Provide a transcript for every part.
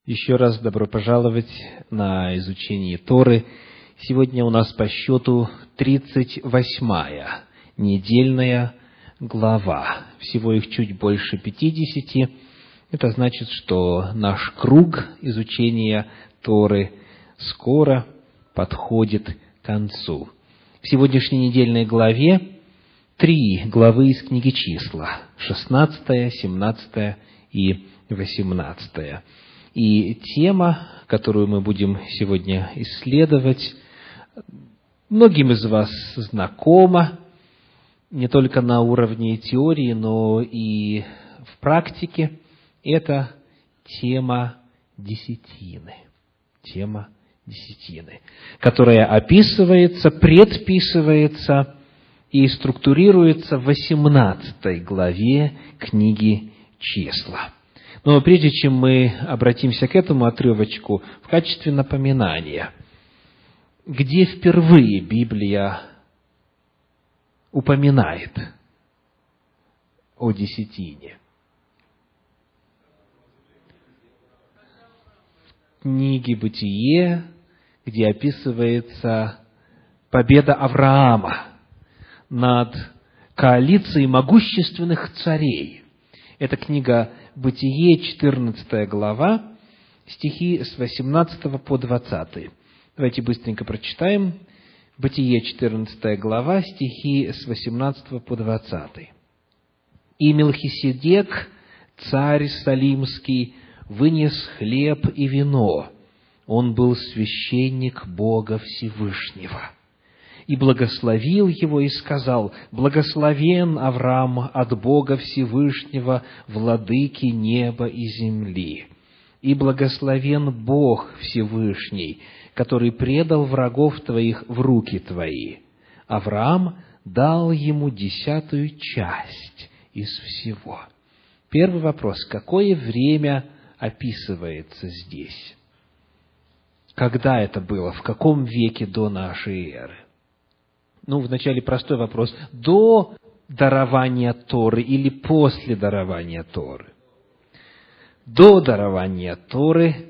Еще раз добро пожаловать на изучение Торы. Сегодня у нас по счету 38-я недельная глава. Всего их чуть больше 50. Это значит, что наш круг изучения Торы скоро подходит к концу. В сегодняшней недельной главе 3 главы из книги Числа: 16, 17 и 18. И тема, которую мы будем сегодня исследовать, многим из вас знакома, не только на уровне теории, но и в практике. Это тема десятины. Тема десятины, которая описывается, предписывается и структурируется в 18 главе книги Числа. Но прежде чем мы обратимся к этому отрывочку, в качестве напоминания, где впервые Библия упоминает о десятине? В книге Бытие, где описывается победа Авраама над коалицией могущественных царей. Это книга Бытие, 14 глава, стихи с 18 по 20. Давайте быстренько прочитаем. Бытие, 14 глава, стихи с 18 по 20. «И Мелхиседек, царь Салимский, вынес хлеб и вино. Он был священник Бога Всевышнего. И благословил его и сказал: благословен Авраам от Бога Всевышнего, владыки неба и земли. И благословен Бог Всевышний, который предал врагов твоих в руки твои. Авраам дал ему 10-ю часть из всего». Первый вопрос: какое время описывается здесь? Когда это было? В каком веке до нашей эры? Вначале простой вопрос: до дарования Торы или после дарования Торы? До дарования Торы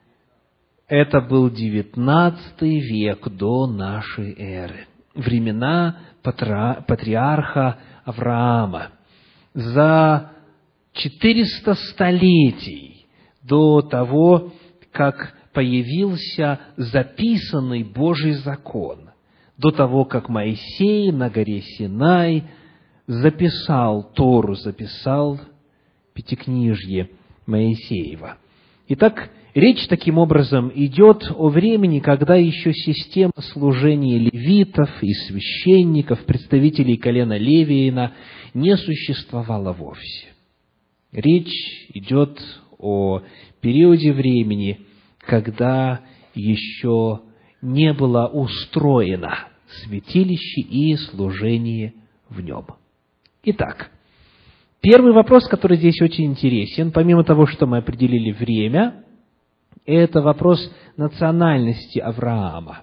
это был 19 век до нашей эры, времена патриарха Авраама. За 400 столетий до того, как появился записанный Божий закон, до того, как Моисей на горе Синай записал Тору, записал Пятикнижье Моисеева. Итак, речь таким образом идет о времени, когда еще система служения левитов и священников, представителей колена Левиина, не существовала вовсе. Речь идет о периоде времени, когда еще не было устроено святилище и служение в нем. Итак, первый вопрос, который здесь очень интересен, помимо того, что мы определили время, это вопрос национальности Авраама.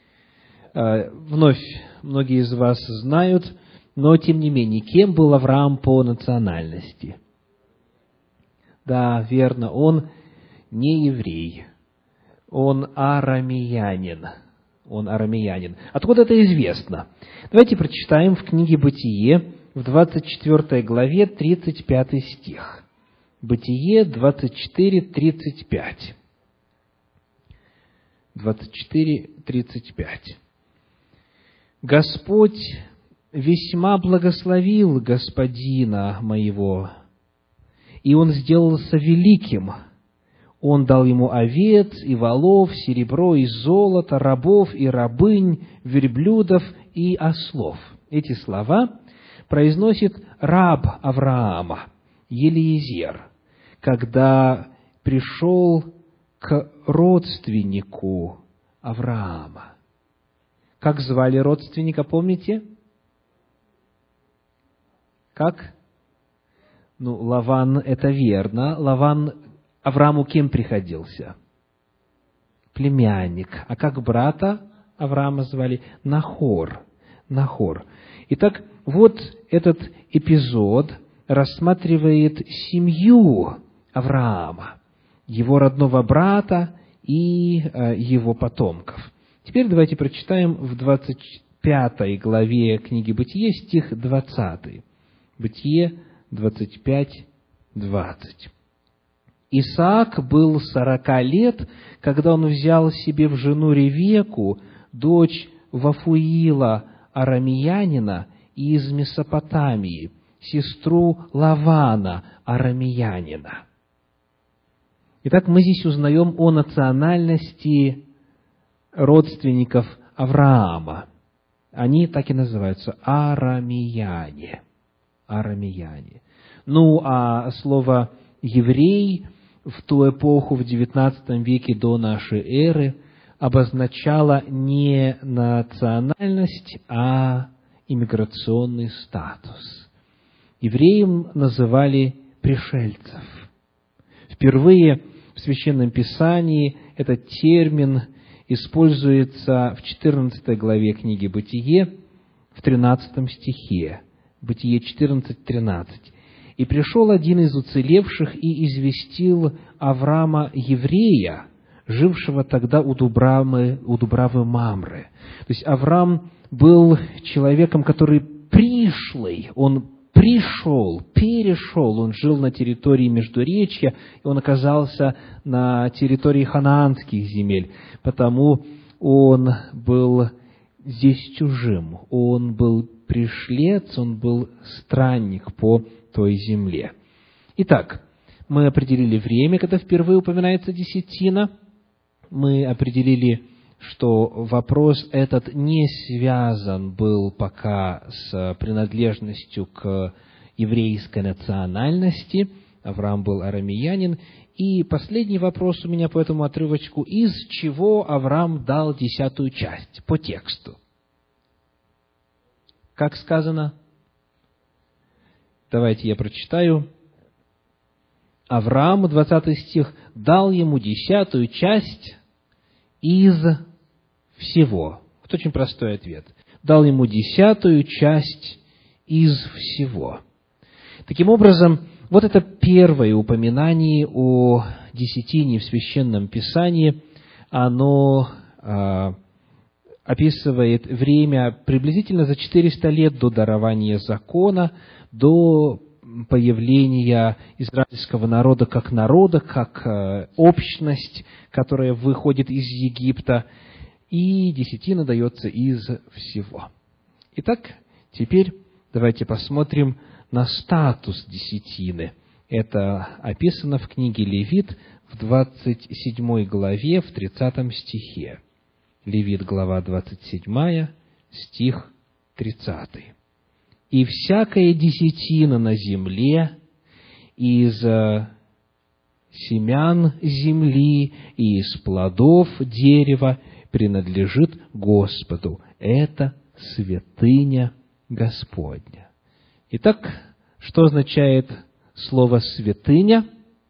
Вновь, многие из вас знают, но тем не менее, кем был Авраам по национальности? Да, верно, он не еврей. Он арамеянин. Откуда это известно? Давайте прочитаем в книге Бытие, в 24 главе, 35 стих. Бытие 24, 35. 24, 35. «Господь весьма благословил господина моего, и он сделался великим. Он дал ему овец и волов, серебро и золото, рабов и рабынь, верблюдов и ослов». Эти слова произносит раб Авраама, Елиезер, когда пришел к родственнику Авраама. Как звали родственника, помните? Как? Лаван, это верно. Лаван Аврааму кем приходился? Племянник. А как брата Авраама звали? Нахор. Итак, вот этот эпизод рассматривает семью Авраама. его родного брата и его потомков. Теперь давайте прочитаем в 25 главе книги Бытие, стих 20. Бытие 25, 20. «Исаак был 40 лет, когда он взял себе в жену Ревеку, дочь Вафуила арамеянина из Месопотамии, сестру Лавана арамеянина». Итак, мы здесь узнаем о национальности родственников Авраама. Они так и называются арамеяне. Арамеяне. Ну, а слово «еврей» в ту эпоху, в XIX веке до нашей эры, обозначало не национальность, а иммиграционный статус. Евреем называли пришельцев. Впервые в Священном Писании этот термин используется в 14 главе книги Бытие, в 13 стихе. Бытие 14:13. «И пришел один из уцелевших и известил Авраама еврея, жившего тогда у Дубравы Мамры». То есть Авраам был человеком, который пришлый, он перешел, он жил на территории Междуречья, и он оказался на территории ханаанских земель, потому он был здесь чужим, он был пришлец, он был странник по той земле. Итак, мы определили время, когда впервые упоминается десятина, мы определили, что вопрос этот не связан был пока с принадлежностью к еврейской национальности. Авраам был арамеянин. И последний вопрос у меня по этому отрывочку. Из чего Авраам дал 10-ю часть по тексту? Как сказано? Давайте я прочитаю. Авраам, 20 стих, дал ему 10-ю часть из всего. Вот очень простой ответ. Дал ему 10-ю часть из всего. Таким образом, вот это первое упоминание о десятине в Священном Писании. Оно описывает время приблизительно за 400 лет до дарования закона, до появления израильского народа, как общность, которая выходит из Египта, и десятина дается из всего. Итак, теперь давайте посмотрим на статус десятины. Это описано в книге Левит в 27 главе, в 30 стихе. Левит, глава 27, стих 30. «И всякая десятина на земле из семян земли и из плодов дерева принадлежит Господу. Это святыня Господня». Итак, что означает слово «святыня»?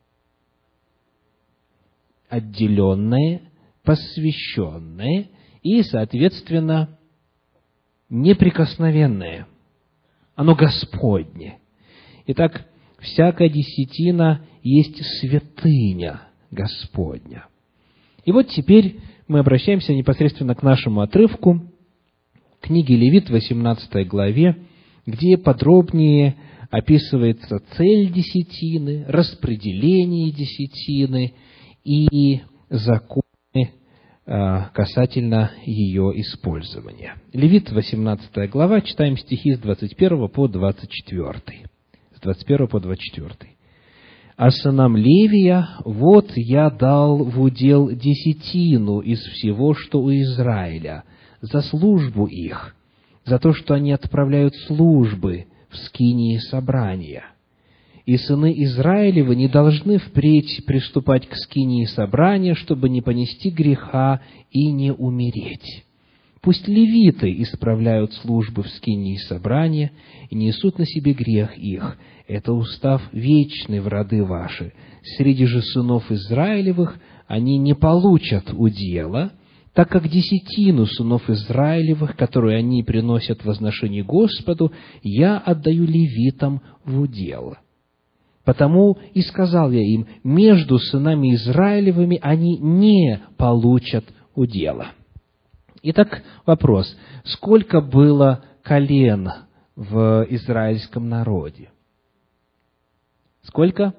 Отделенное, посвященное и, соответственно, неприкосновенное. Оно Господне. Итак, всякая десятина есть святыня Господня. И вот теперь мы обращаемся непосредственно к нашему отрывку, книги Левит, 18 главе, где подробнее описывается цель десятины, распределение десятины и законы касательно ее использования. Левит, 18 глава, читаем стихи с 21 по 24. С 21 по 24. «А сынам Левия вот я дал в удел десятину из всего, что у Израиля, за службу их, за то, что они отправляют службы в скинии собрания. И сыны Израилевы не должны впредь приступать к скинии собрания, чтобы не понести греха и не умереть. Пусть левиты исправляют службы в скинии собрания и несут на себе грех их. Это устав вечный в роды ваши. Среди же сынов Израилевых они не получат удела, так как десятину сынов Израилевых, которую они приносят в возношение Господу, я отдаю левитам в удел». Потому и сказал я им: между сынами Израилевыми они не получат удела». Итак, вопрос: сколько было колен в израильском народе? Сколько?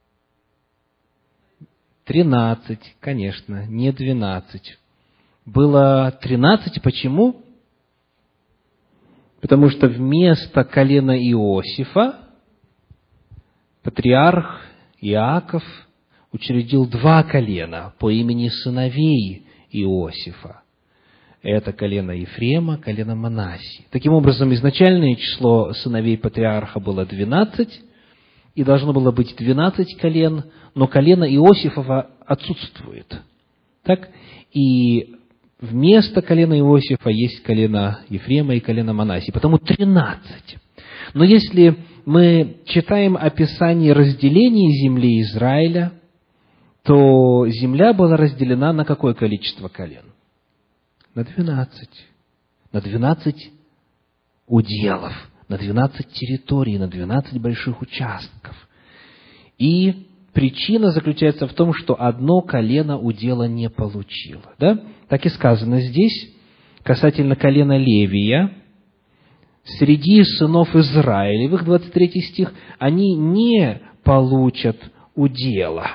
13, конечно, не 12. Было 13, почему? Потому что вместо колена Иосифа патриарх Иаков учредил 2 колена по имени сыновей Иосифа. Это колено Ефрема, колено Манассии. Таким образом, изначальное число сыновей патриарха было 12, и должно было быть 12 колен, но колено Иосифова отсутствует. Так? И вместо колена Иосифа есть колено Ефрема и колено Манассии, потому 13. Но если мы читаем описание разделения земли Израиля, то земля была разделена на какое количество колен? На 12. На 12 уделов, на 12 территорий, на 12 больших участков. И причина заключается в том, что одно колено удела не получило. Да? Так и сказано здесь, касательно колена Левия: среди сынов Израилевых, 23 стих, они не получат удела.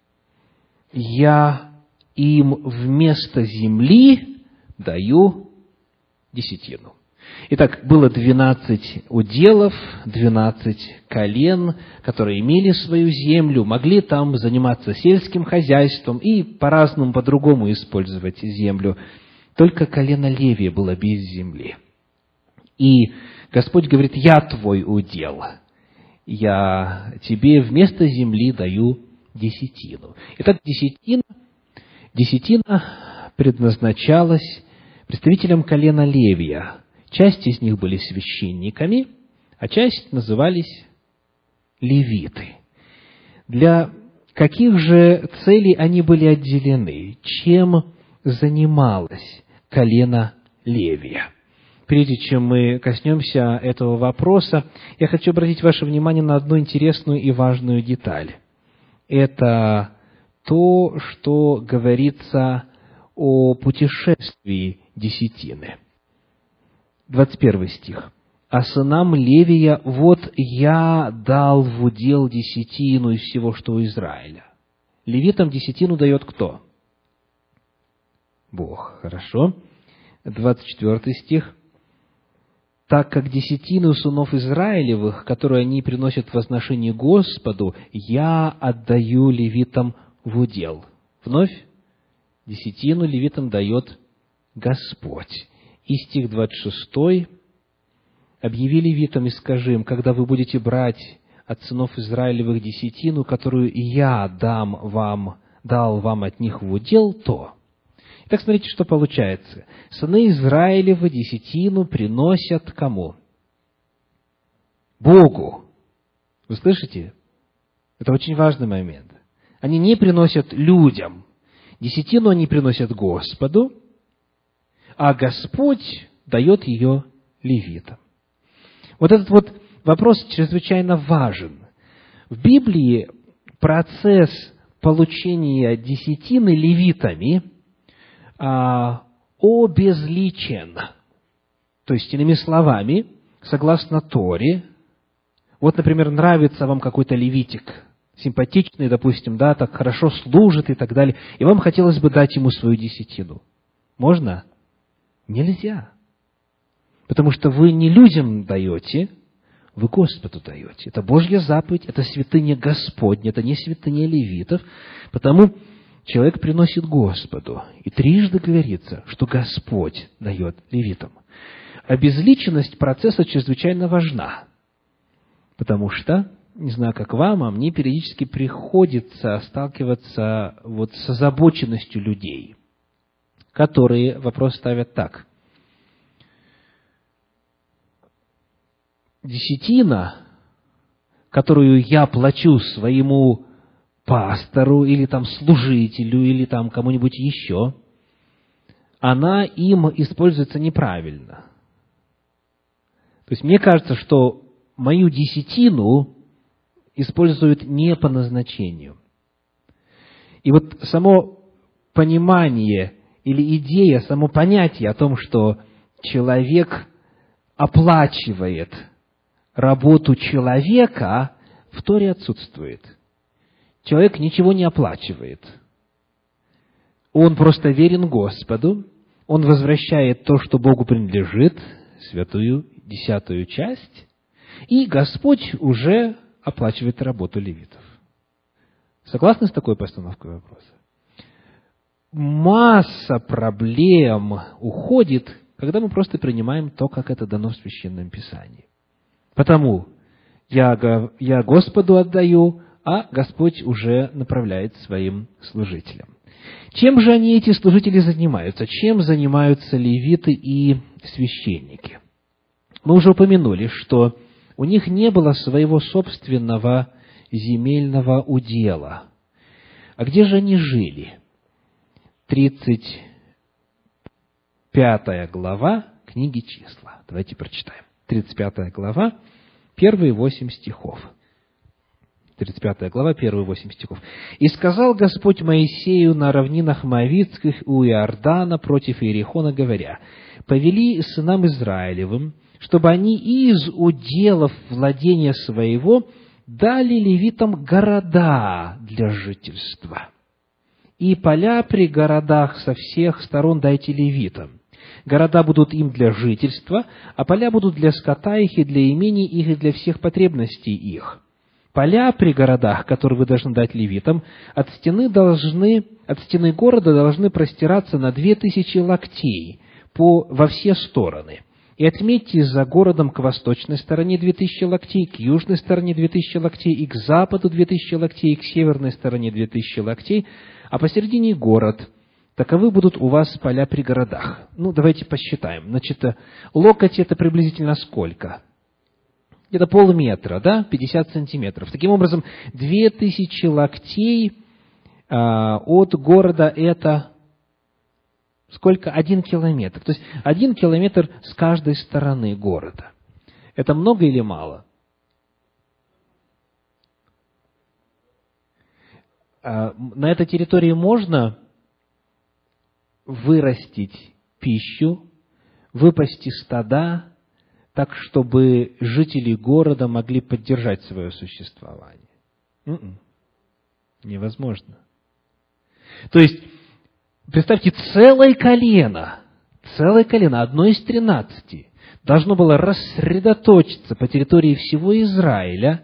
Я им вместо земли даю десятину. Итак, было 12 уделов, 12 колен, которые имели свою землю, могли там заниматься сельским хозяйством и по-разному, по-другому использовать землю. Только колено Левия было без земли. И Господь говорит: «Я твой удел, я тебе вместо земли даю десятину». Итак, десятина предназначалась представителям колена Левия. Часть из них были священниками, а часть назывались левиты. Для каких же целей они были отделены? Чем занималось колено Левия? Прежде чем мы коснемся этого вопроса, я хочу обратить ваше внимание на одну интересную и важную деталь. Это то, что говорится о путешествии десятины. 21 стих. «А сынам Левия вот я дал в удел десятину из всего, что у Израиля». Левитам десятину дает кто? Бог. Хорошо. 24 стих. «Так как десятину сынов Израилевых, которые они приносят в возношение Господу, я отдаю левитам в удел». Вновь десятину левитам дает Господь. И стих 26. «Объяви левитам и скажи им, когда вы будете брать от сынов Израилевых десятину, которую я дал вам от них в удел, то...» Итак, смотрите, что получается. Сыны Израилевы десятину приносят кому? Богу. Вы слышите? Это очень важный момент. Они не приносят людям. Десятину они приносят Господу, а Господь дает ее левитам. Вот этот вот вопрос чрезвычайно важен. В Библии процесс получения десятины левитами обезличен. То есть, иными словами, согласно Торе, вот, например, нравится вам какой-то левитик, симпатичный, допустим, да, так хорошо служит и так далее, и вам хотелось бы дать ему свою десятину. Можно? Нельзя. Потому что вы не людям даете, вы Господу даете. Это Божья заповедь, это святыня Господня, это не святыня левитов. Потому человек приносит Господу. И трижды говорится, что Господь дает левитам. Обезличенность процесса чрезвычайно важна. Потому что, не знаю, как вам, а мне периодически приходится сталкиваться вот с озабоченностью людей, которые вопрос ставят так. Десятина, которую я плачу своему пастору, или там служителю, или там кому-нибудь еще, она им используется неправильно. То есть мне кажется, что мою десятину используют не по назначению. И вот само понимание или идея, само понятие о том, что человек оплачивает работу человека, в Торе отсутствует. Человек ничего не оплачивает. Он просто верен Господу, он возвращает то, что Богу принадлежит, святую, 10-ю часть, и Господь уже оплачивает работу левитов. Согласны с такой постановкой вопроса? Масса проблем уходит, когда мы просто принимаем то, как это дано в Священном Писании. Потому я Господу отдаю, а Господь уже направляет своим служителям. Чем же они, эти служители, занимаются? Чем занимаются левиты и священники? Мы уже упомянули, что у них не было своего собственного земельного удела. А где же они жили? 35 глава книги Числа. Давайте прочитаем. 35 глава, первые 8 стихов. 35 глава, первые 8 стихов. «И сказал Господь Моисею на равнинах Моавитских у Иордана против Иерихона, говоря, повели сынам Израилевым, чтобы они из уделов владения своего дали левитам города для жительства. И поля при городах со всех сторон дайте левитам. Города будут им для жительства, а поля будут для скота их и для имений их и для всех потребностей их. Поля при городах, которые вы должны дать левитам, от стены города должны простираться на 2000 локтей во все стороны. И отметьте за городом к восточной стороне 2000 локтей, к южной стороне 2000 локтей, и к западу 2000 локтей, и к северной стороне 2000 локтей, а посередине город. Таковы будут у вас поля при городах». Давайте посчитаем. Значит, локоть — это приблизительно сколько? Где-то полметра, 50 сантиметров. Таким образом, 2000 локтей от города — это сколько? 1 километр. То есть 1 километр с каждой стороны города. Это много или мало? На этой территории можно вырастить пищу, выпасти стада, так, чтобы жители города могли поддержать свое существование? Невозможно. То есть, представьте, целое колено, одно из 13, должно было рассредоточиться по территории всего Израиля,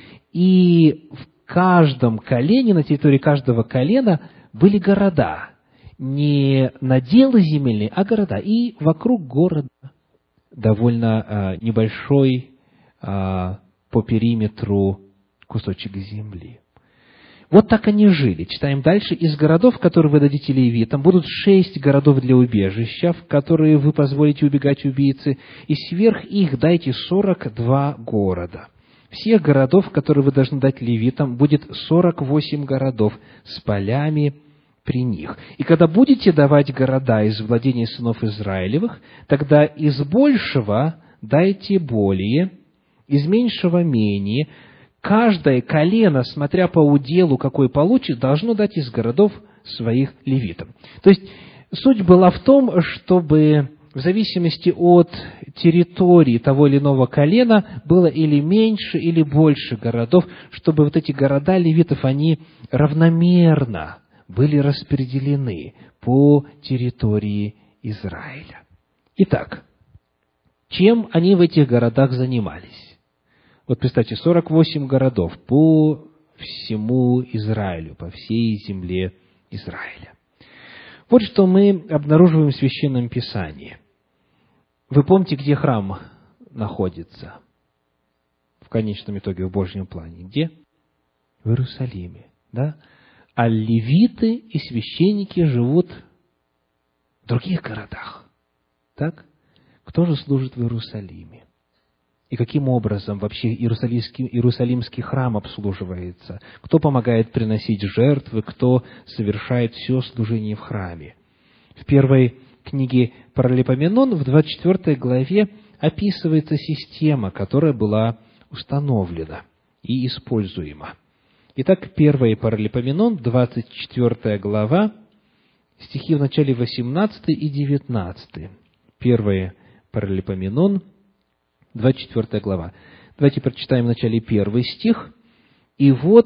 и в каждом колене, на территории каждого колена были города. Не наделы земельные, а города. И вокруг города довольно небольшой по периметру кусочек земли. Вот так они жили. Читаем дальше. «Из городов, которые вы дадите левитам, будут 6 городов для убежища, в которые вы позволите убегать убийцы, и сверх их дайте 42 города. Всех городов, которые вы должны дать левитам, будет 48 городов с полями при них. И когда будете давать города из владения сынов Израилевых, тогда из большего дайте более, из меньшего менее. Каждое колено, смотря по уделу, какой получит, должно дать из городов своих левитам». То есть, суть была в том, чтобы в зависимости от территории того или иного колена было или меньше, или больше городов, чтобы вот эти города левитов, они равномерно были распределены по территории Израиля. Итак, чем они в этих городах занимались? Вот представьте, 48 городов по всему Израилю, по всей земле Израиля. Вот что мы обнаруживаем в Священном Писании. Вы помните, где храм находится? В конечном итоге, в Божьем плане. Где? В Иерусалиме. Да? А левиты и священники живут в других городах. Так? Кто же служит в Иерусалиме? И каким образом вообще Иерусалимский храм обслуживается? Кто помогает приносить жертвы? Кто совершает все служение в храме? В первой книге Паралипоменон, в 24 главе, описывается система, которая была установлена. и используемо. Итак, 1 Паралипоменон, 24 глава, стихи в начале 18 и 19. 1 Паралипоменон, 24 глава. Давайте прочитаем в начале 1 стих. «И вот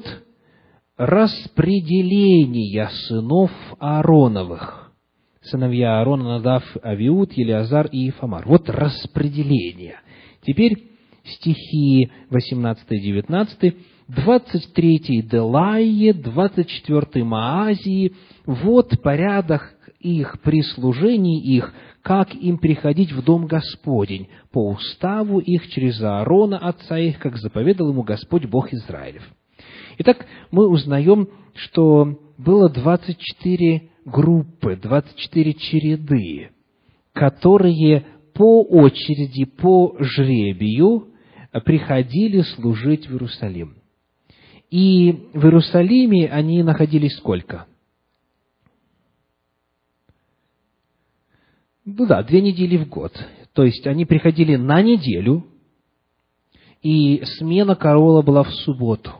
распределение сынов Аароновых». Сыновья Аарона, Надав, Авиуд, Елеазар и Ифамар. Вот распределение. Теперь стихи 18 и 19. 23 Делайе, 24 Маазии. Вот порядок их при служении их, как им приходить в дом Господень, по уставу их через Аарона, отца их, как заповедал ему Господь Бог Израилев. Итак, мы узнаем, что было 24 группы, 24 череды, которые по очереди, по жребию приходили служить в Иерусалим. И в Иерусалиме они находились сколько? 2 недели в год. То есть они приходили на неделю, и смена караула была в субботу.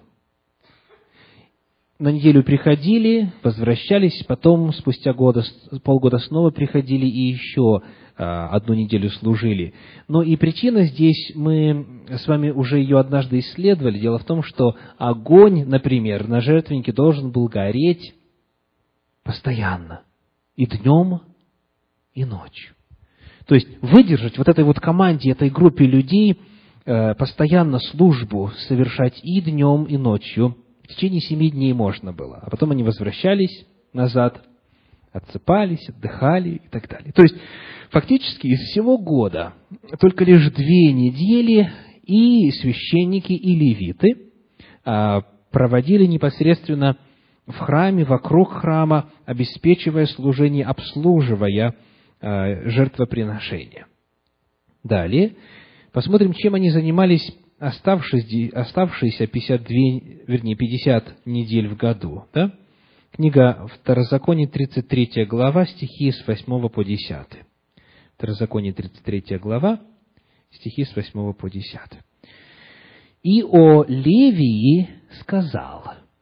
На неделю приходили, возвращались, потом спустя полгода снова приходили и еще 1 неделю служили. Но и причина здесь, мы с вами уже ее однажды исследовали. Дело в том, что огонь, например, на жертвеннике должен был гореть постоянно, и днем, и ночью. То есть выдержать вот этой вот команде, этой группе людей, постоянно службу совершать и днем, и ночью, в течение 7 дней можно было. А потом они возвращались назад, отсыпались, отдыхали и так далее. То есть, фактически из всего года только лишь 2 недели и священники, и левиты проводили непосредственно в храме, вокруг храма, обеспечивая служение, обслуживая жертвоприношения. Далее, посмотрим, чем они занимались оставшиеся 50 недель в году. Да? Книга Второзаконие, 33 глава, стихи с 8 по 10. Второзаконие, 33 глава, стихи с 8 по 10. «И о Левии сказал,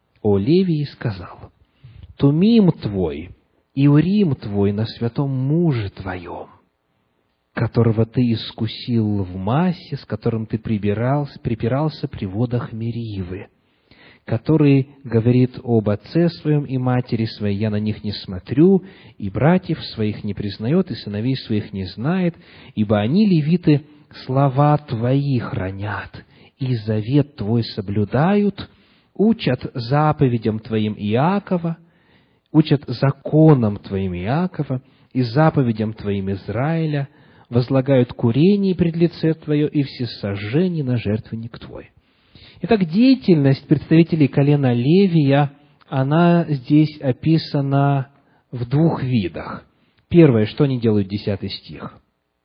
Тумим твой и Урим твой на святом муже твоем, которого ты искусил в массе, с которым ты припирался при водах Меривы, который говорит об отце своем и матери своей, я на них не смотрю, и братьев своих не признает, и сыновей своих не знает, ибо они, левиты, слова твои хранят, и завет твой соблюдают, учат заповедям твоим Иакова, учат законам твоим Иакова и заповедям твоим Израиля, возлагают курение пред лице твое и всесожжение на жертвенник твой». Итак, деятельность представителей колена Левия, она здесь описана в 2 видах. Первое, что они делают, 10 стих.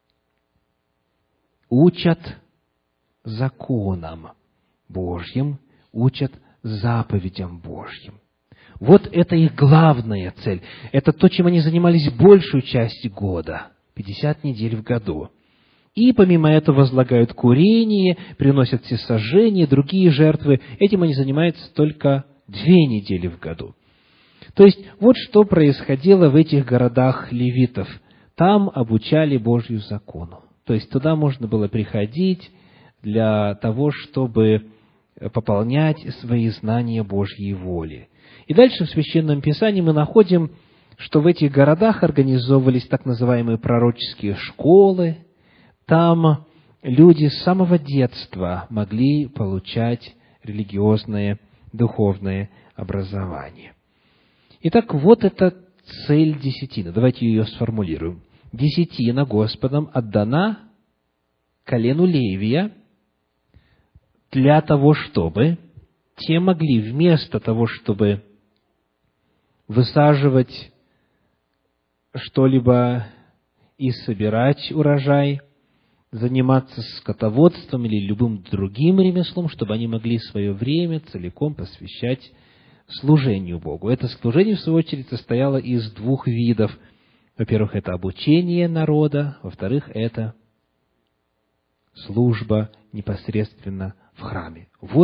Учат законам Божьим, учат заповедям Божьим. Вот это их главная цель. Это то, чем они занимались большую часть года, 50 недель в году. И помимо этого возлагают курение, приносят всесожжение, другие жертвы. Этим они занимаются только 2 недели в году. То есть, вот что происходило в этих городах левитов. Там обучали Божью закону. То есть, туда можно было приходить для того, чтобы пополнять свои знания Божьей воли. И дальше в Священном Писании мы находим, что в этих городах организовывались так называемые пророческие школы. Там люди с самого детства могли получать религиозное, духовное образование. Итак, вот эта цель десятины. Давайте ее сформулируем. Десятина Господом отдана колену Левия для того, чтобы те могли вместо того, чтобы высаживать что-либо и собирать урожай, заниматься скотоводством или любым другим ремеслом, чтобы они могли свое время целиком посвящать служению Богу. Это служение, в свою очередь, состояло из 2 видов. Во-первых, это обучение народа, во-вторых, это служба непосредственно в храме. Вот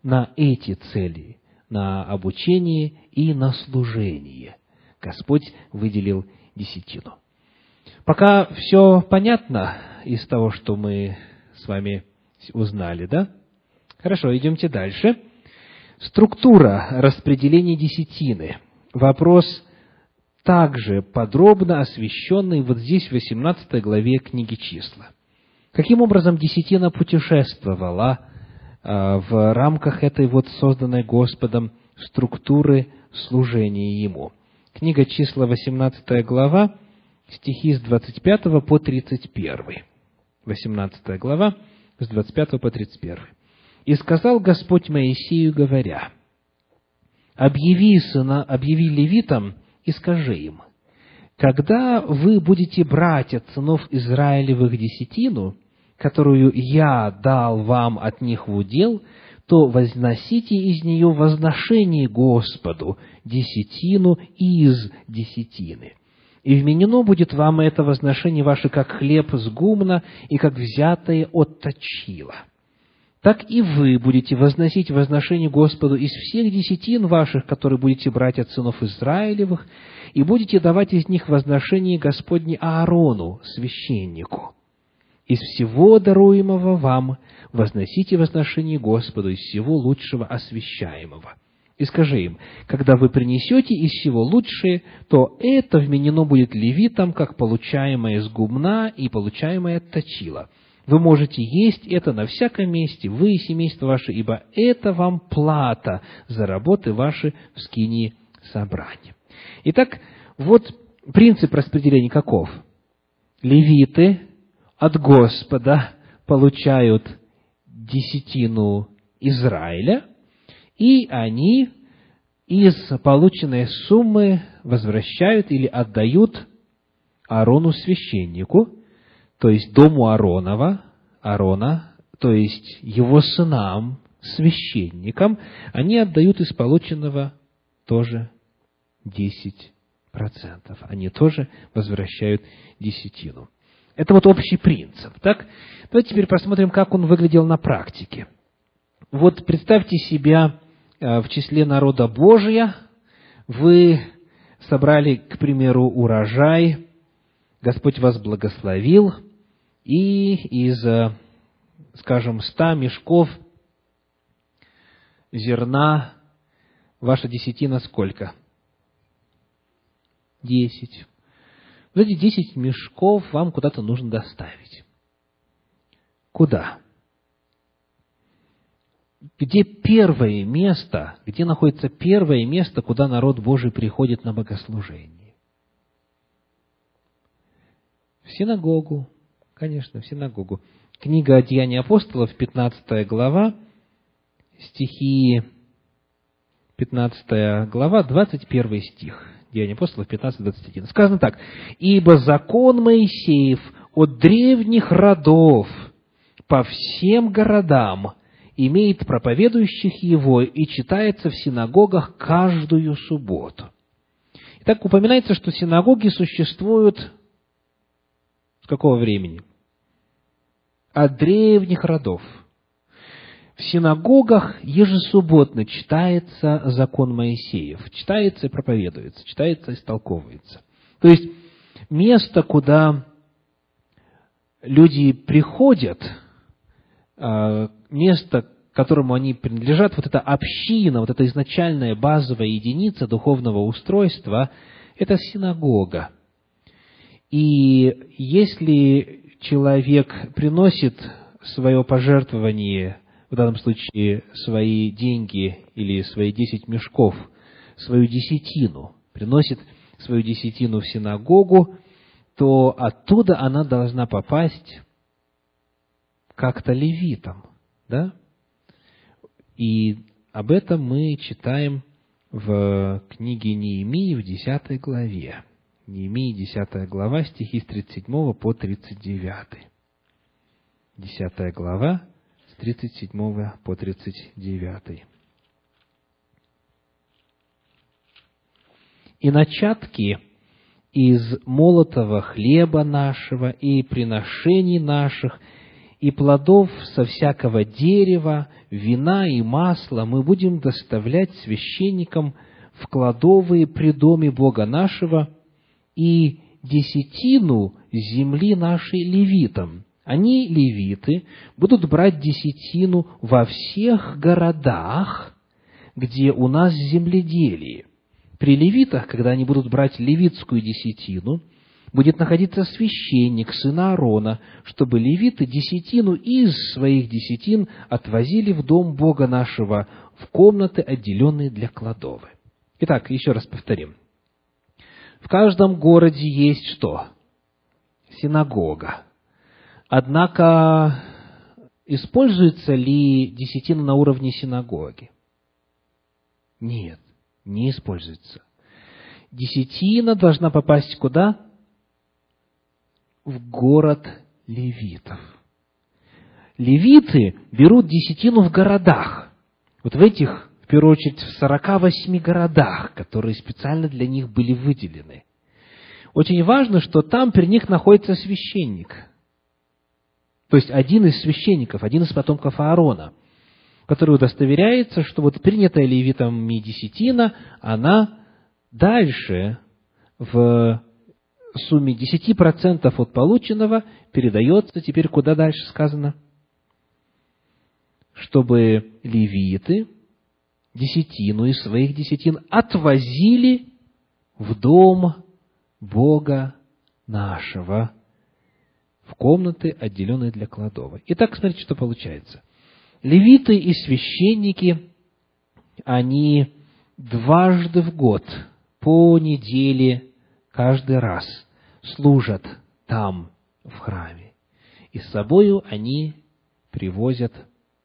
на эти цели, на обучение и на служение Господь выделил десятину. Пока все понятно из того, что мы с вами узнали, да? Хорошо, идемте дальше. Структура распределения десятины. Вопрос также подробно освещенный вот здесь, в 18 главе книги «Числа». Каким образом десятина путешествовала в рамках этой вот созданной Господом структуры служения Ему? Книга «Числа», 18 глава, стихи с 25 по 31. 18 глава, с 25 по 31. «И сказал Господь Моисею, говоря: объяви левитам и скажи им: когда вы будете брать от сынов Израилевых десятину, которую я дал вам от них в удел, то возносите из нее возношение Господу, десятину из десятины. И вменено будет вам это возношение ваше, как хлеб с гумна и как взятое от точила. Так и вы будете возносить возношение Господу из всех десятин ваших, которые будете брать от сынов Израилевых, и будете давать из них возношение Господне Аарону, священнику. Из всего даруемого вам возносите возношение Господу из всего лучшего освящаемого. И скажи им: когда вы принесете из всего лучшее, то это вменено будет левитам, как получаемое с гумна и получаемое от точила. Вы можете есть это на всяком месте, вы и семейство ваше, ибо это вам плата за работы ваши в скинии собрания». Итак, вот принцип распределения каков? Левиты от Господа получают десятину Израиля, и они из полученной суммы возвращают или отдают Аарону священнику, то есть дому Аарона, то есть его сынам, священникам, они отдают из полученного тоже 10%. Они тоже возвращают десятину. Это вот общий принцип. Так? Давайте теперь посмотрим, как он выглядел на практике. Вот представьте себя в числе народа Божия. Вы собрали, к примеру, урожай, Господь вас благословил, и из, скажем, 100 мешков зерна ваша десятина сколько? 10. Вот эти 10 мешков вам куда-то нужно доставить. Куда? Где первое место, где находится первое место, куда народ Божий приходит на богослужение? В синагогу. Конечно, в синагогу. Книга «Деяния апостолов», 15 глава, стихи 15 глава, 21 стих. Деяния апостолов 15:21. Сказано так: «Ибо закон Моисеев от древних родов по всем городам имеет проповедующих его и читается в синагогах каждую субботу». Итак, упоминается, что синагоги существуют с какого времени? От древних родов. В синагогах ежесубботно читается закон Моисеев, читается и проповедуется, читается и истолковывается. То есть, место, куда люди приходят, место, к которому они принадлежат, вот эта община, вот эта изначальная базовая единица духовного устройства, это синагога. И если человек приносит свое пожертвование, в данном случае свои деньги или свои 10 мешков, свою десятину, приносит свою десятину в синагогу, то оттуда она должна попасть как-то левитам, да? И об этом мы читаем в книге Неемии в 10 главе. Неемии, 10 глава, стихи с 37 по 39. 10 глава, с 37 по 39. «И начатки из молотого хлеба нашего и приношений наших, и плодов со всякого дерева, вина и масла мы будем доставлять священникам в кладовые при доме Бога нашего, и десятину земли нашей левитам. Они, левиты, будут брать десятину во всех городах, где у нас земледелие. При левитах, когда они будут брать левитскую десятину, будет находиться священник, сын Аарона, чтобы левиты десятину из своих десятин отвозили в дом Бога нашего, в комнаты, отделенные для кладовы. Итак, еще раз повторим. В каждом городе есть что? Синагога. Однако, используется ли десятина на уровне синагоги? Нет, не используется. Десятина должна попасть куда? В город левитов. Левиты берут десятину в городах. Вот в этих, в первую очередь, в 48 городах, которые специально для них были выделены. Очень важно, что там при них находится священник. То есть один из священников, один из потомков Аарона, который удостоверяется, что вот принятая левитами десятина, она дальше в сумме 10% от полученного передается теперь куда дальше сказано? Чтобы левиты десятину из своих десятин отвозили в дом Бога нашего, в комнаты, отделенные для кладовой. Итак, смотрите, что получается. Левиты и священники, они дважды в год, по неделе, каждый раз служат там, в храме. И с собою они привозят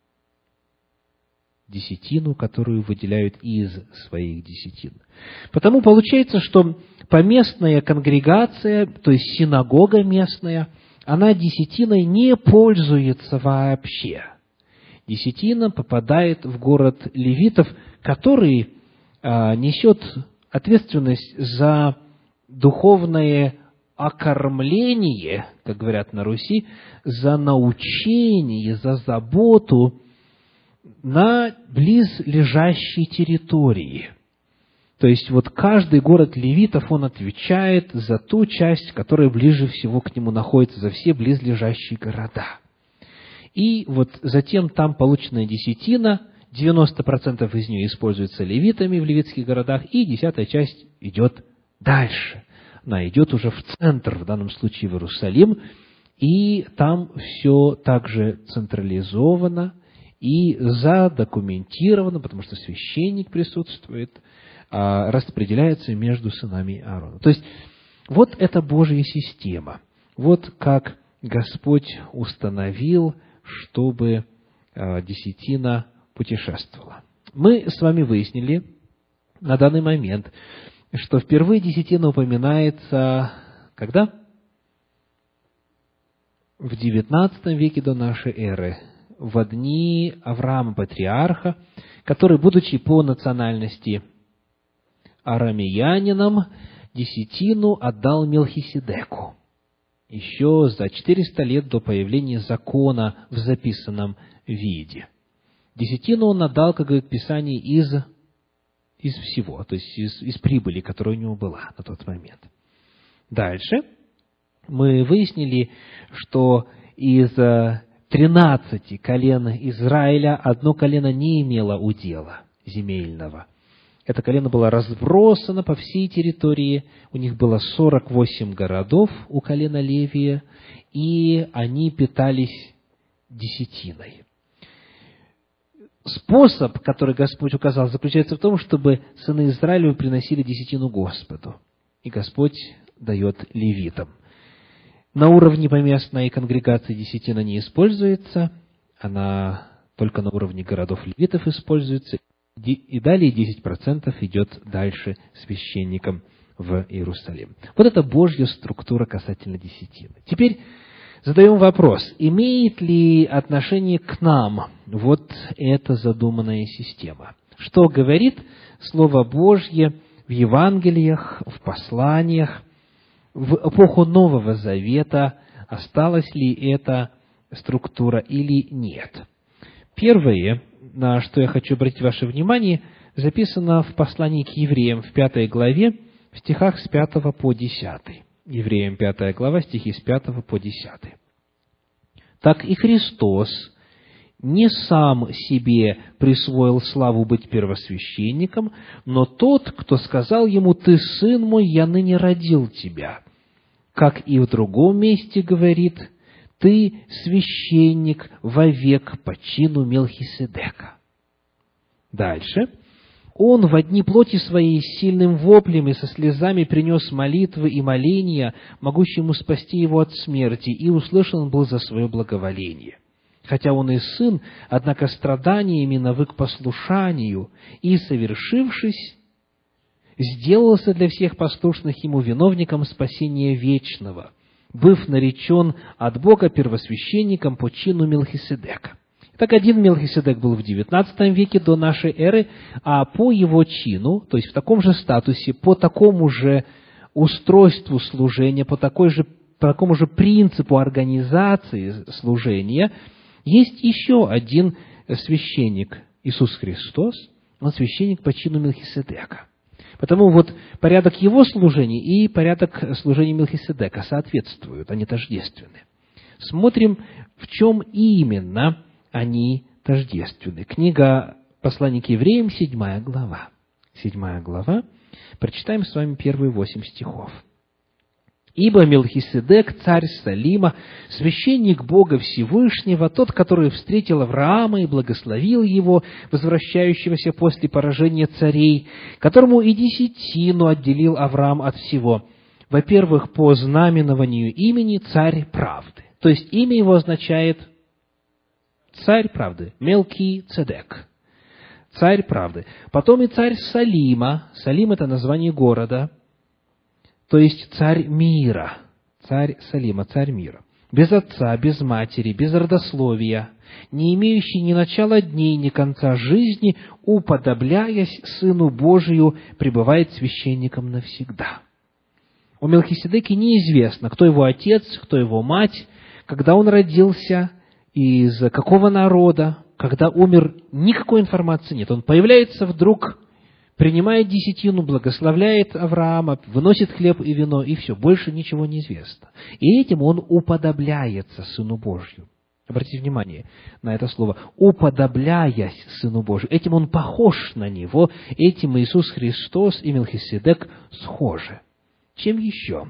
десятину, которую выделяют из своих десятин. Потому получается, что поместная конгрегация, то есть синагога местная, она десятиной не пользуется вообще. Десятина попадает в город левитов, который несет ответственность за духовное окормление, как говорят на Руси, за научение, за заботу на близлежащей территории. То есть, вот каждый город левитов, он отвечает за ту часть, которая ближе всего к нему находится, за все близлежащие города. И вот затем там полученная десятина, 90% из нее используется левитами в левитских городах, и 10 часть идет дальше. Она идет уже в центр, в данном случае в Иерусалим, и там все также централизовано и задокументировано, потому что священник присутствует, распределяется между сынами Аарона. То есть, вот это Божья система. Вот как Господь установил, чтобы десятина путешествовала. Мы с вами выяснили на данный момент, что впервые десятина упоминается когда? В 19 веке до нашей эры, в дни Авраама Патриарха, который, будучи по национальности арамеянином, десятину отдал Мелхиседеку. Еще за 400 лет до появления закона в записанном виде. Десятину он отдал, как говорит Писание, из всего, то есть из прибыли, которая у него была на тот момент. Дальше мы выяснили, что из 13 колен Израиля одно колено не имело удела земельного. Это колено было разбросано по всей территории. У них было 48 городов у колена Левия, и они питались десятиной. Способ, который Господь указал, заключается в том, чтобы сыны Израилевы приносили десятину Господу. И Господь дает левитам. На уровне поместной конгрегации десятина не используется, она только на уровне городов левитов используется. И далее 10% идет дальше священникам в Иерусалим. Вот это Божья структура касательно десятины. Теперь задаем вопрос, имеет ли отношение к нам вот эта задуманная система? Что говорит Слово Божье в Евангелиях, в посланиях, в эпоху Нового Завета? Осталось ли это структура или нет. Первое, на что я хочу обратить ваше внимание, записано в послании к евреям в 5 главе, в стихах с 5 по 10. Евреям 5 глава, стихи с 5 по 10. «Так и Христос не сам себе присвоил славу быть первосвященником, но тот, кто сказал ему: „Ты, сын мой, я ныне родил тебя“, как и в другом месте говорит: „Ты священник вовек по чину Мелхиседека“». Дальше. «Он во дни плоти своей с сильным воплем и со слезами принес молитвы и моления, могущему спасти его от смерти, и услышан был за свое благоволение. Хотя он и сын, однако страданиями навык послушанию, и, совершившись, сделался для всех послушных ему виновником спасения вечного, быв наречен от Бога первосвященником по чину Мелхиседека». Так, один Мелхиседек был в 19 веке до нашей эры, а по его чину, то есть в таком же статусе, по такому же устройству служения, по такому же принципу организации служения, есть еще один священник, Иисус Христос, он священник по чину Мелхиседека. Потому вот порядок его служения и порядок служения Мелхиседека соответствуют, они тождественны. Смотрим, в чем именно они тождественны. Книга «Послание к евреям», 7 глава. 7 глава. Прочитаем с вами первые 8 стихов. «Ибо Мелхиседек, царь Салима, священник Бога Всевышнего, тот, который встретил Авраама и благословил его, возвращающегося после поражения царей, которому и десятину отделил Авраам от всего. Во-первых, по знаменованию имени царь правды». То есть имя его означает царь правды, Мелхицедек, царь правды. Потом и царь Салима. Салим — это название города, то есть царь мира. Царь Салима, царь мира. Без отца, без матери, без родословия, не имеющий ни начала дней, ни конца жизни, уподобляясь Сыну Божию, пребывает священником навсегда. О Мелхиседеке неизвестно, кто его отец, кто его мать, когда он родился, из какого народа, когда умер, никакой информации нет. Он появляется вдруг, принимает десятину, благословляет Авраама, выносит хлеб и вино, и все, больше ничего не известно. И этим он уподобляется Сыну Божию. Обратите внимание на это слово. «Уподобляясь Сыну Божию». Этим он похож на Него, этим Иисус Христос и Мелхиседек схожи. Чем еще?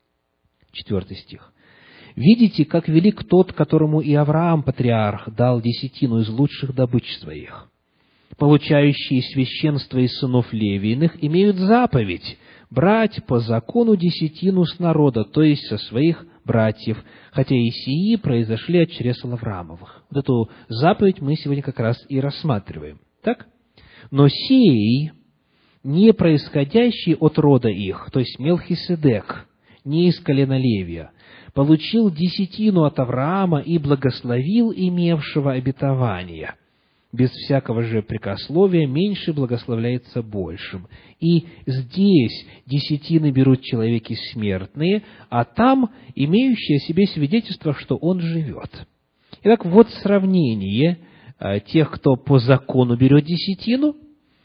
4 стих. «Видите, как велик тот, которому и Авраам, патриарх, дал десятину из лучших добыч своих. Получающие священство из сынов Левииных имеют заповедь брать по закону десятину с народа, то есть со своих братьев, хотя и сии произошли от чресл Авраамовых». Вот эту заповедь мы сегодня как раз и рассматриваем. Так? «Но сей, не происходящий от рода их, то есть Мелхиседек, не из колена Левия, получил десятину от Авраама и благословил имевшего обетование. Без всякого же прекословия меньше благословляется большим. И здесь десятины берут человеки смертные, а там имеющие о себе свидетельство, что он живет». Итак, вот сравнение тех, кто по закону берет десятину,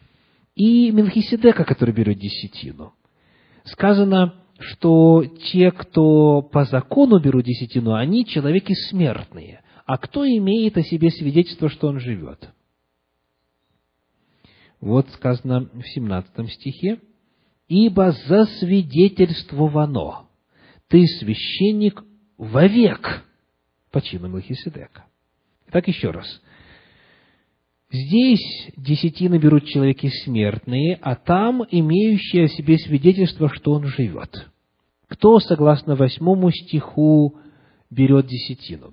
и Мелхиседека, который берет десятину. Сказано, что те, кто по закону берут десятину, они человеки смертные. А кто имеет о себе свидетельство, что он живет? Вот сказано в 17 стихе: «Ибо засвидетельствовано, ты священник вовек по чину Мелхиседека». Итак, еще раз. Здесь десятины берут человеки смертные, а там имеющие о себе свидетельство, что он живет. Кто, согласно 8 стиху, берет десятину?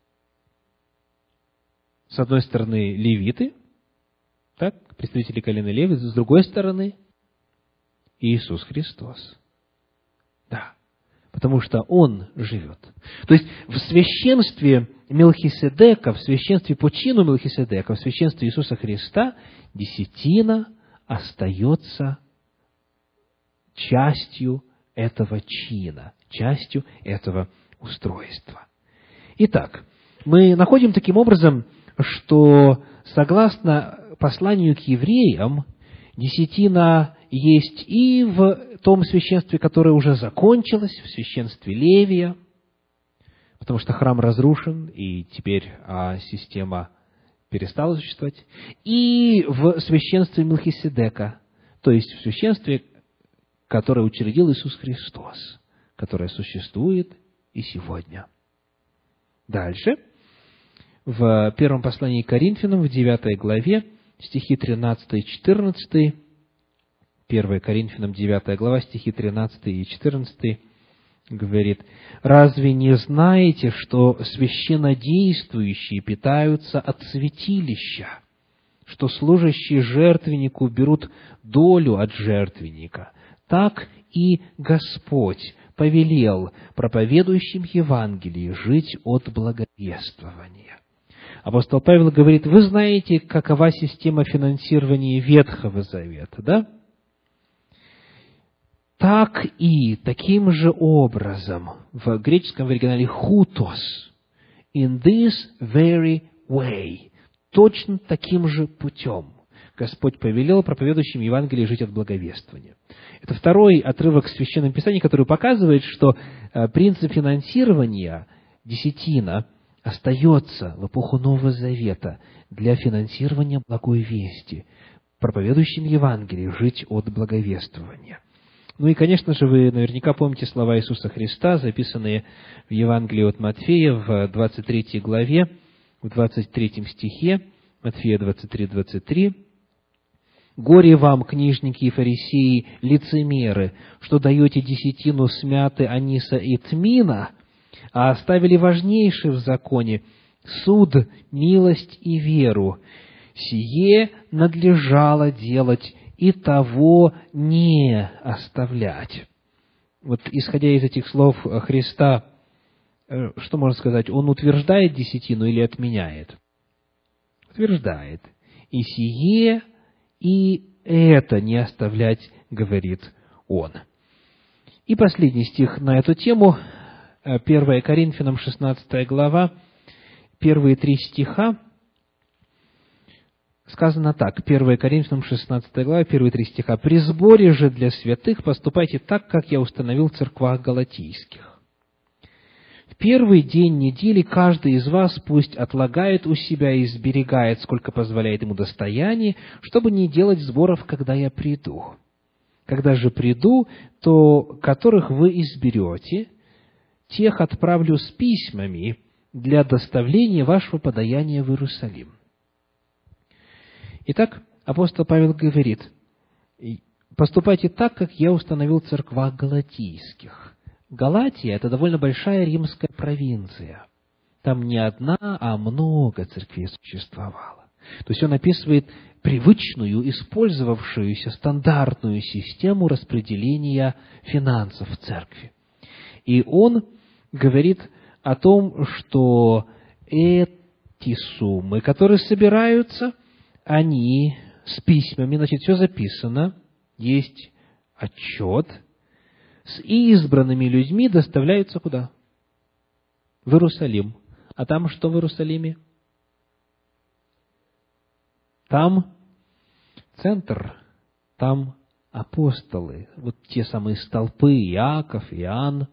С одной стороны, левиты, так, представители колена Леви, с другой стороны, Иисус Христос. Да, потому что Он живет. То есть, в священстве Мелхиседека, в священстве по чину Мелхиседека, в священстве Иисуса Христа, десятина остается частью этого чина, частью этого устройства. Итак, Мы находим таким образом, что согласно посланию к евреям, десятина есть и в том священстве, которое уже закончилось, в священстве Левия, потому что храм разрушен, и теперь система перестала существовать, и в священстве Мелхиседека, то есть в священстве, которое учредил Иисус Христос, которое существует и сегодня. Дальше, в первом послании к Коринфянам, в 9 главе, стихи 13 и 14, 1 Коринфянам, 9 глава, стихи 13 и 14, говорит: «Разве не знаете, что священнодействующие питаются от святилища, что служащие жертвеннику берут долю от жертвенника? Так и Господь повелел проповедующим Евангелие жить от благовествования». Апостол Павел говорит: вы знаете, какова система финансирования Ветхого Завета, да? Так и таким же образом, в греческом оригинале «хуtos», «in this very way», точно таким же путем Господь повелел проповедующим Евангелие жить от благовествования. Это второй отрывок Священного Писания, который показывает, что принцип финансирования, десятина, остается в эпоху Нового Завета для финансирования благой вести, проповедующим Евангелие жить от благовествования. Ну и, конечно же, вы наверняка помните слова Иисуса Христа, записанные в Евангелии от Матфея в 23 главе, в 23 стихе, Матфея 23:23. «Горе вам, книжники и фарисеи, лицемеры, что даете десятину с мяты, аниса и тмина, а оставили важнейшее в законе – суд, милость и веру. Сие надлежало делать, и того не оставлять». Вот, исходя из этих слов Христа, что можно сказать? Он утверждает десятину или отменяет? Утверждает. «И сие, и это не оставлять, говорит он». И последний стих на эту тему, 1 Коринфянам, 16 глава, первые 3 стиха, сказано так, 1 Коринфянам, 16 глава, первые 3 стиха: «При сборе же для святых поступайте так, как я установил в церквах галатийских. В первый день недели каждый из вас пусть отлагает у себя и сберегает, сколько позволяет ему достояние, чтобы не делать сборов, когда я приду. Когда же приду, то которых вы изберете, тех отправлю с письмами для доставления вашего подаяния в Иерусалим». Итак, апостол Павел говорит: поступайте так, как я установил в церквах галатийских. Галатия – это довольно большая римская провинция. Там не одна, а много церквей существовало. То есть он описывает привычную, использовавшуюся стандартную систему распределения финансов в церкви. И он говорит о том, что эти суммы, которые собираются, они с письмами, значит, все записано, есть отчет, с избранными людьми доставляются куда? В Иерусалим. А там что в Иерусалиме? Там центр, там апостолы, вот те самые столпы: Иаков, Иоанн,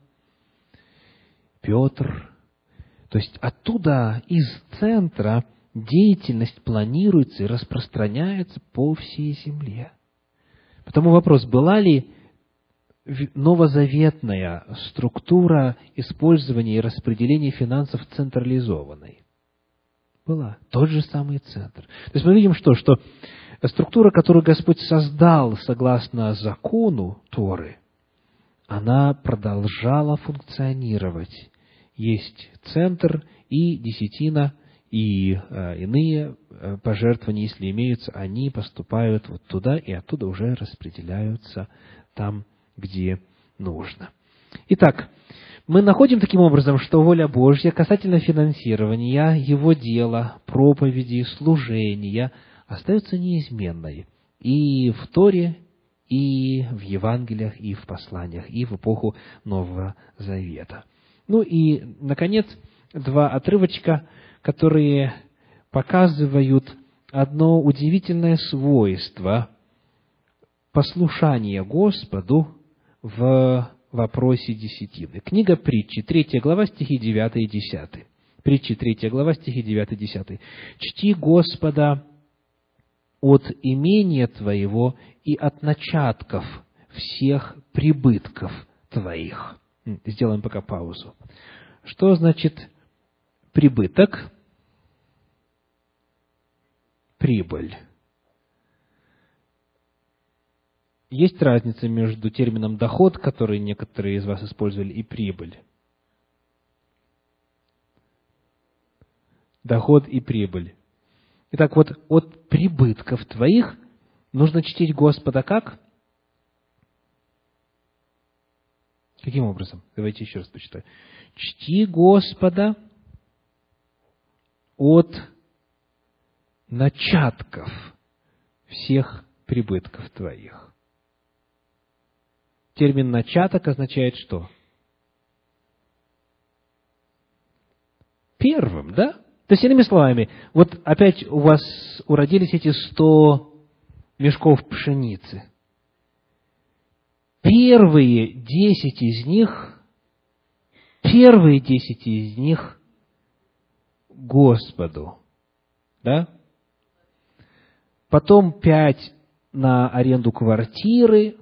Петр. То есть оттуда, из центра, деятельность планируется и распространяется по всей земле. Потому вопрос: была ли новозаветная структура использования и распределения финансов централизованной? Была. Тот же самый центр. То есть мы видим что структура, которую Господь создал согласно закону Торы, она продолжала функционировать. Есть центр, и десятина, и иные пожертвования, если имеются, они поступают вот туда, и оттуда уже распределяются там, где нужно. Итак, мы находим таким образом, что воля Божья касательно финансирования Его дела, проповеди, служения остается неизменной и в Торе, и в Евангелиях, и в посланиях, и в эпоху Нового Завета. Ну и, наконец, два отрывочка, которые показывают одно удивительное свойство послушания Господу в вопросе десятины. Книга Притчи, 3 глава, стихи 9 и 10. Притчи, 3 глава, стихи 9 и 10. «Чти Господа от имения твоего и от начатков всех прибытков твоих». Сделаем пока паузу. Что значит прибыток? Прибыль. Есть разница между термином «доход», который некоторые из вас использовали, и «прибыль». Доход и прибыль. Итак, вот от прибытков твоих нужно чтить Господа как? Каким образом? Давайте еще раз почитаем. Чти Господа от начатков всех прибытков твоих. Термин «начаток» означает что? Первым, да? То есть, иными словами, вот опять у вас уродились эти 100 мешков пшеницы. Первые 10 из них Господу, да? Потом 5 на аренду квартиры,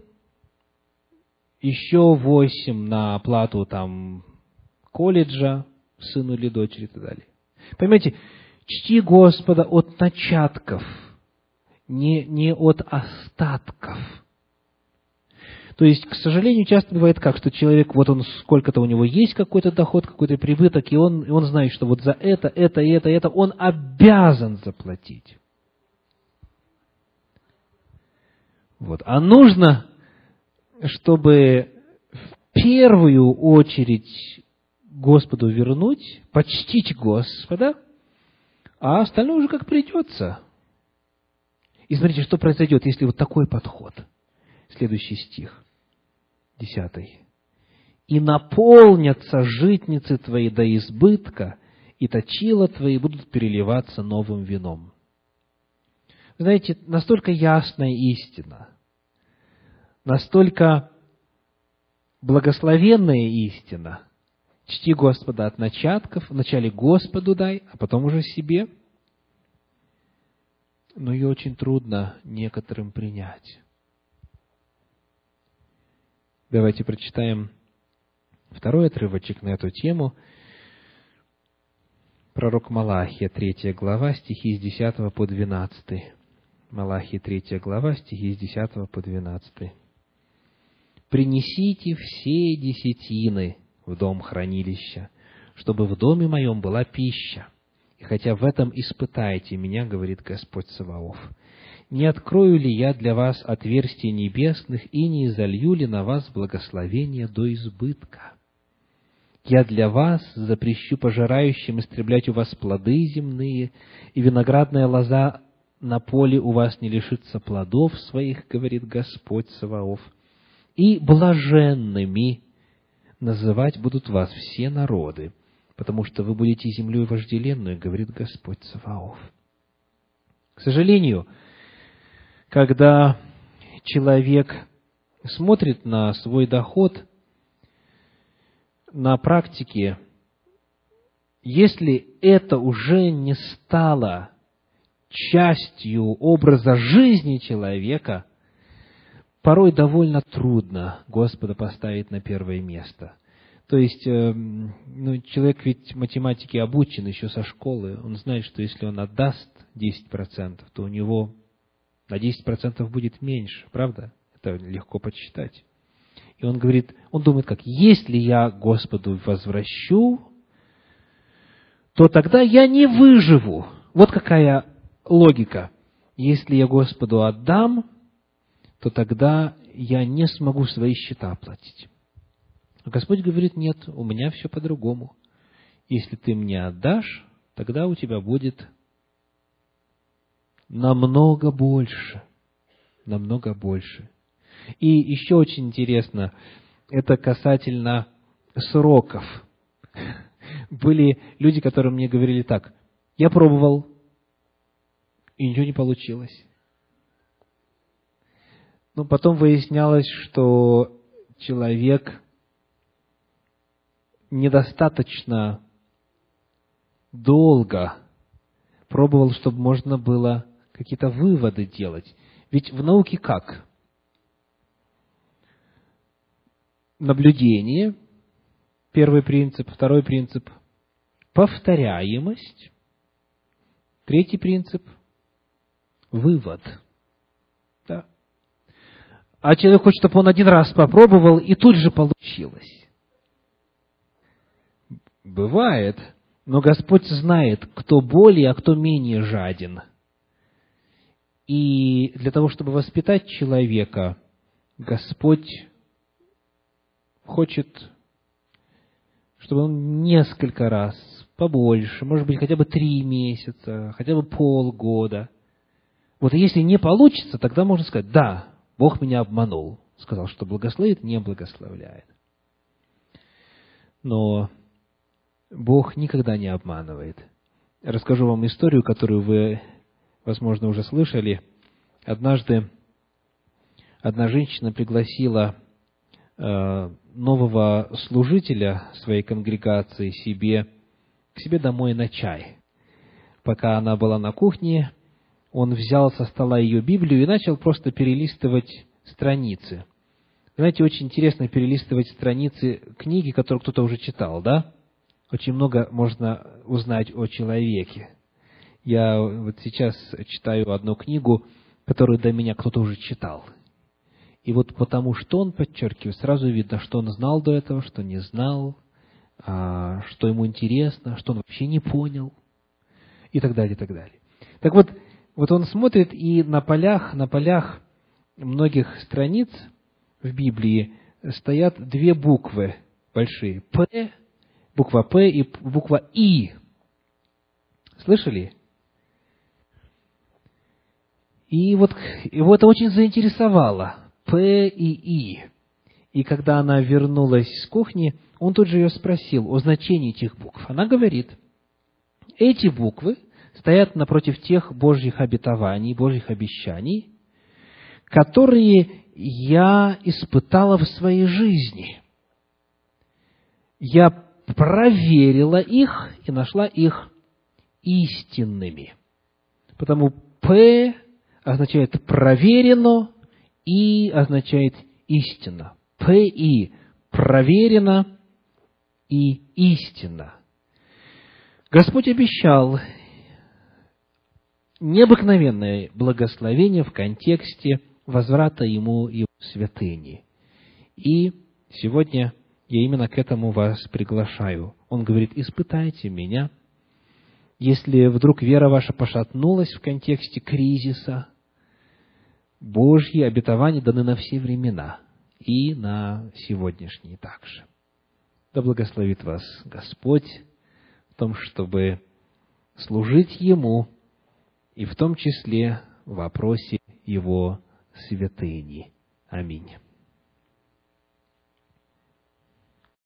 еще 8 на оплату там колледжа сыну или дочери и так далее. Понимаете, чти Господа от начатков, не от остатков. То есть, к сожалению, часто бывает как, что человек, вот он сколько-то у него есть какой-то доход, какой-то прибыток, и он знает, что вот за это он обязан заплатить. Вот. А нужно, чтобы в первую очередь Господу вернуть, почтить Господа, а остальное уже как придется. И смотрите, что произойдет, если вот такой подход. Следующий стих, 10. «И наполнятся житницы твои до избытка, и точила твои будут переливаться новым вином». Знаете, настолько ясная истина, настолько благословенная истина. Чти Господа от начатков, вначале Господу дай, а потом уже себе. Но ее очень трудно некоторым принять. Давайте прочитаем второй отрывочек на эту тему. Пророк Малахия, 3 глава, стихи с 10 по 12. Малахия, 3 глава, стихи с 10 по 12. «Принесите все десятины в дом хранилища, чтобы в доме моем была пища. И хотя в этом испытайте меня, говорит Господь Саваоф, не открою ли я для вас отверстий небесных и не изолью ли на вас благословение до избытка? Я для вас запрещу пожирающим истреблять у вас плоды земные, и виноградная лоза на поле у вас не лишится плодов своих, говорит Господь Саваоф, и блаженными называть будут вас все народы, потому что вы будете землей вожделенную, говорит Господь Саваоф». К сожалению, когда человек смотрит на свой доход, на практике, если это уже не стало частью образа жизни человека, порой довольно трудно Господа поставить на первое место. То есть, человек ведь математике обучен еще со школы. Он знает, что если он отдаст 10%, то у него на 10% будет меньше. Правда? Это легко подсчитать. И он говорит, он думает как, если я Господу возвращу, то тогда я не выживу. Вот какая логика. Если я Господу отдам, то тогда я не смогу свои счета оплатить. А Господь говорит, нет, у меня все по-другому. Если ты мне отдашь, тогда у тебя будет намного больше. Намного больше. И еще очень интересно, это касательно сроков. Были люди, которые мне говорили так: я пробовал, и ничего не получилось. Но потом выяснялось, что человек недостаточно долго пробовал, чтобы можно было какие-то выводы делать. Ведь в науке как? Наблюдение, первый принцип, второй принцип – повторяемость, третий принцип – вывод. Да. А человек хочет, чтобы он один раз попробовал, и тут же получилось. Бывает, но Господь знает, кто более, а кто менее жаден. И для того, чтобы воспитать человека, Господь хочет, чтобы он несколько раз, побольше, может быть, хотя бы 3 месяца, хотя бы полгода. Вот если не получится, тогда можно сказать: да, Бог меня обманул. Сказал, что благословит, не благословляет. Но Бог никогда не обманывает. Расскажу вам историю, которую вы, возможно, уже слышали. Однажды одна женщина пригласила нового служителя своей конгрегации к себе домой на чай. Пока она была на кухне, он взял со стола ее Библию и начал просто перелистывать страницы. Знаете, очень интересно перелистывать страницы книги, которую кто-то уже читал, да? Очень много можно узнать о человеке. Я вот сейчас читаю одну книгу, которую до меня кто-то уже читал. И вот потому, что он подчеркивает, сразу видно, что он знал до этого, что не знал, что ему интересно, что он вообще не понял, и так далее, и так далее. Так вот он смотрит, и на полях многих страниц в Библии стоят 2 буквы большие. «П», буква «П» и буква «И». Слышали? И его это очень заинтересовало. «П» и «И». И когда она вернулась с кухни, он тут же ее спросил о значении этих букв. Она говорит: эти буквы стоят напротив тех Божьих обетований, Божьих обещаний, которые я испытала в своей жизни. Я проверила их и нашла их истинными. Потому «П» означает «проверено», «И» означает «истина». «П» проверено и истина. Господь обещал необыкновенное благословение в контексте возврата Ему Его святыни. И сегодня я именно к этому вас приглашаю. Он говорит: испытайте меня. Если вдруг вера ваша пошатнулась в контексте кризиса, Божьи обетования даны на все времена и на сегодняшние также. Да благословит вас Господь в том, чтобы служить Ему, и в том числе в вопросе Его святыни. Аминь.